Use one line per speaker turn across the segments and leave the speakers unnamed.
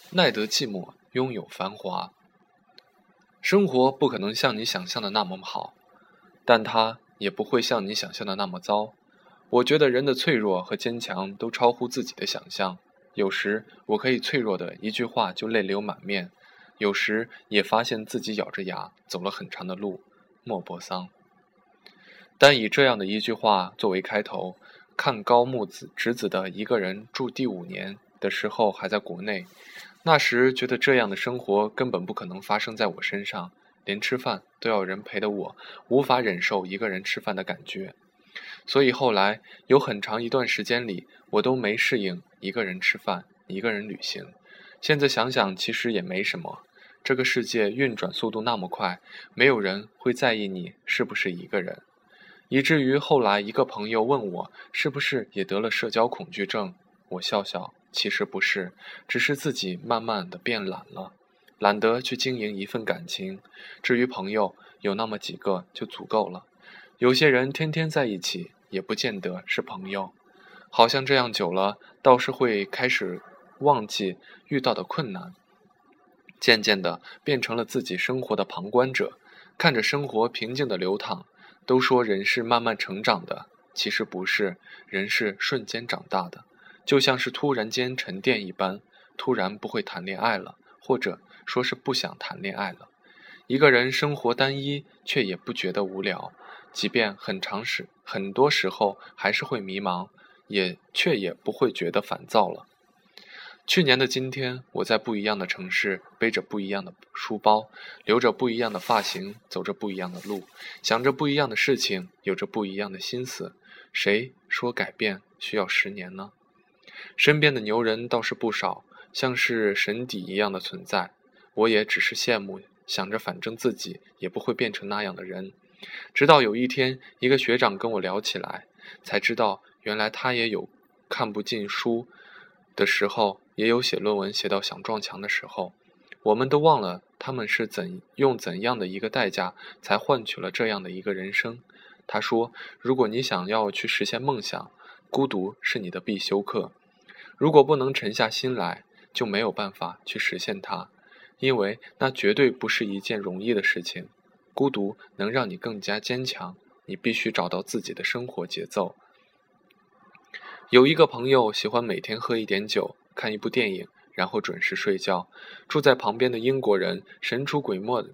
耐得寂寞，拥有繁华。生活不可能像你想象的那么好，但它也不会像你想象的那么糟。我觉得人的脆弱和坚强都超乎自己的想象。有时我可以脆弱的一句话就泪流满面，有时也发现自己咬着牙走了很长的路，莫泊桑。但以这样的一句话作为开头，看高木直子的一个人住第5年的时候还在国内，那时觉得这样的生活根本不可能发生在我身上，连吃饭都要人陪的我，无法忍受一个人吃饭的感觉。所以后来有很长一段时间里，我都没适应一个人吃饭，一个人旅行。现在想想其实也没什么，这个世界运转速度那么快，没有人会在意你是不是一个人。以至于后来一个朋友问我是不是也得了社交恐惧症，我笑笑，其实不是，只是自己慢慢的变懒了，懒得去经营一份感情。至于朋友，有那么几个就足够了。有些人天天在一起，也不见得是朋友。好像这样久了，倒是会开始忘记遇到的困难，渐渐的变成了自己生活的旁观者，看着生活平静的流淌。都说人是慢慢成长的，其实不是，人是瞬间长大的，就像是突然间沉淀一般，突然不会谈恋爱了，或者说是不想谈恋爱了。一个人生活单一，却也不觉得无聊，即便很多时候还是会迷茫，却也不会觉得烦躁了。去年的今天，我在不一样的城市，背着不一样的书包，留着不一样的发型，走着不一样的路，想着不一样的事情，有着不一样的心思。谁说改变需要10年呢？身边的牛人倒是不少，像是神邸一样的存在。我也只是羡慕，想着反正自己也不会变成那样的人。直到有一天，一个学长跟我聊起来，才知道原来他也有看不进书的时候，也有写论文写到想撞墙的时候。我们都忘了他们是用怎样的一个代价才换取了这样的一个人生。他说，如果你想要去实现梦想，孤独是你的必修课。如果不能沉下心来，就没有办法去实现它，因为那绝对不是一件容易的事情。孤独能让你更加坚强，你必须找到自己的生活节奏。有一个朋友喜欢每天喝一点酒，看一部电影，然后准时睡觉。住在旁边的英国人神出鬼没的，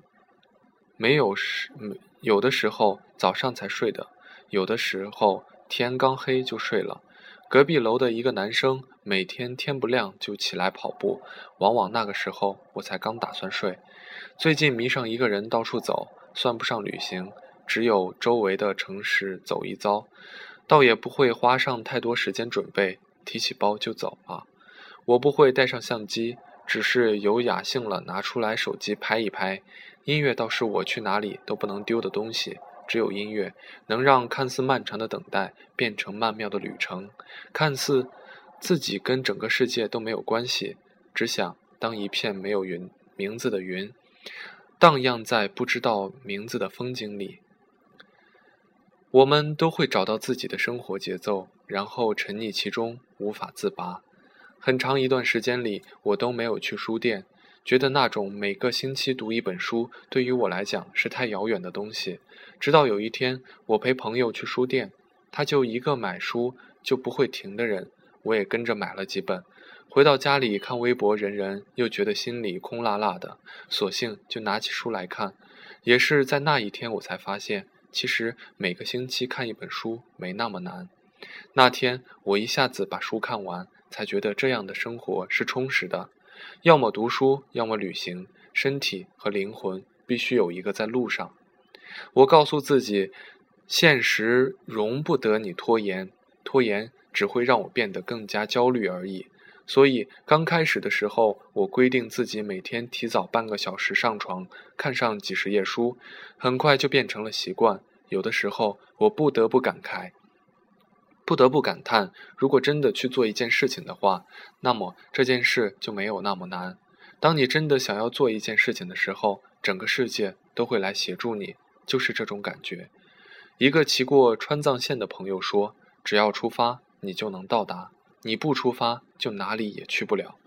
有的时候早上才睡的，有的时候天刚黑就睡了。隔壁楼的一个男生每天天不亮就起来跑步，往往那个时候我才刚打算睡。最近迷上一个人到处走，算不上旅行，只有周围的城市走一遭，倒也不会花上太多时间准备，提起包就走了。我不会带上相机，只是有雅兴了拿出来手机拍一拍。音乐倒是我去哪里都不能丢的东西，只有音乐能让看似漫长的等待变成曼妙的旅程。看似自己跟整个世界都没有关系，只想当一片没有名字的云，荡漾在不知道名字的风景里。我们都会找到自己的生活节奏，然后沉溺其中，无法自拔。很长一段时间里，我都没有去书店，觉得那种每个星期读一本书，对于我来讲是太遥远的东西。直到有一天，我陪朋友去书店，他就一个买书就不会停的人，我也跟着买了几本。回到家里看微博人人，又觉得心里空落落的，索性就拿起书来看。也是在那一天，我才发现，其实每个星期看一本书没那么难。那天我一下子把书看完，才觉得这样的生活是充实的。要么读书，要么旅行，身体和灵魂必须有一个在路上。我告诉自己，现实容不得你拖延，拖延只会让我变得更加焦虑而已。所以刚开始的时候，我规定自己每天提早半个小时上床，看上几十页书，很快就变成了习惯。有的时候我不得不感叹，如果真的去做一件事情的话，那么这件事就没有那么难。当你真的想要做一件事情的时候，整个世界都会来协助你，就是这种感觉。一个骑过川藏线的朋友说，只要出发，你就能到达，你不出发就哪里也去不了。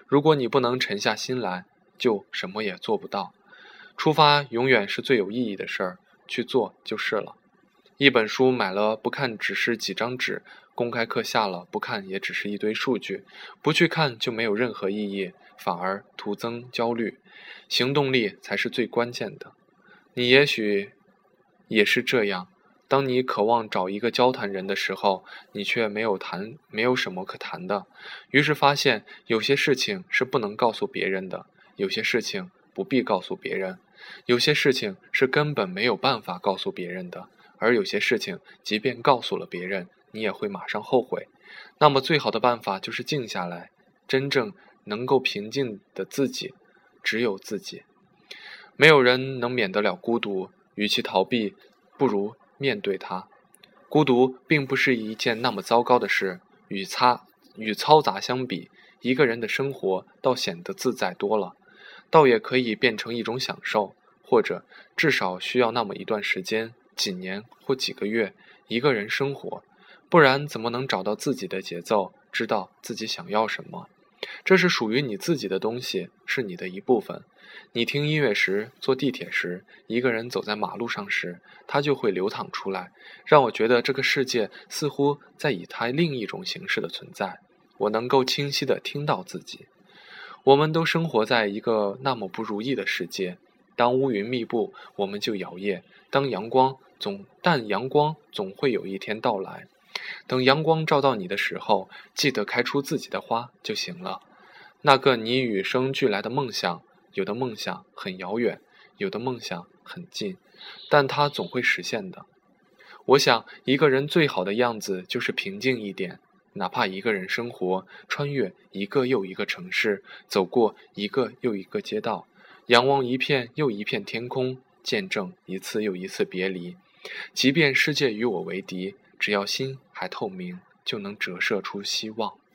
如果你不能沉下心来，就什么也做不到。出发永远是最有意义的事儿，去做就是了。一本书买了不看只是几张纸，公开课下了不看也只是一堆数据，不去看就没有任何意义，反而徒增焦虑。行动力才是最关键的。你也许也是这样，当你渴望找一个交谈人的时候，你却没有什么可谈的，于是发现有些事情是不能告诉别人的，有些事情不必告诉别人，有些事情是根本没有办法告诉别人的，而有些事情即便告诉了别人，你也会马上后悔。那么最好的办法就是静下来，真正能够平静的自己只有自己。没有人能免得了孤独，与其逃避，不如面对它。孤独并不是一件那么糟糕的事，与嘈杂相比，一个人的生活倒显得自在多了，倒也可以变成一种享受，或者至少需要那么一段时间，几年或几个月，一个人生活，不然怎么能找到自己的节奏，知道自己想要什么？这是属于你自己的东西，是你的一部分。你听音乐时，坐地铁时，一个人走在马路上时，它就会流淌出来，让我觉得这个世界似乎在以它另一种形式的存在。我能够清晰地听到自己。我们都生活在一个那么不如意的世界，当乌云密布，我们就摇曳；但阳光总会有一天到来。等阳光照到你的时候，记得开出自己的花就行了。那个你与生俱来的梦想，有的梦想很遥远，有的梦想很近，但它总会实现的。我想一个人最好的样子就是平静一点，哪怕一个人生活，穿越一个又一个城市，走过一个又一个街道，仰望一片又一片天空，见证一次又一次别离。即便世界与我为敌，只要心还透明，就能折射出希望。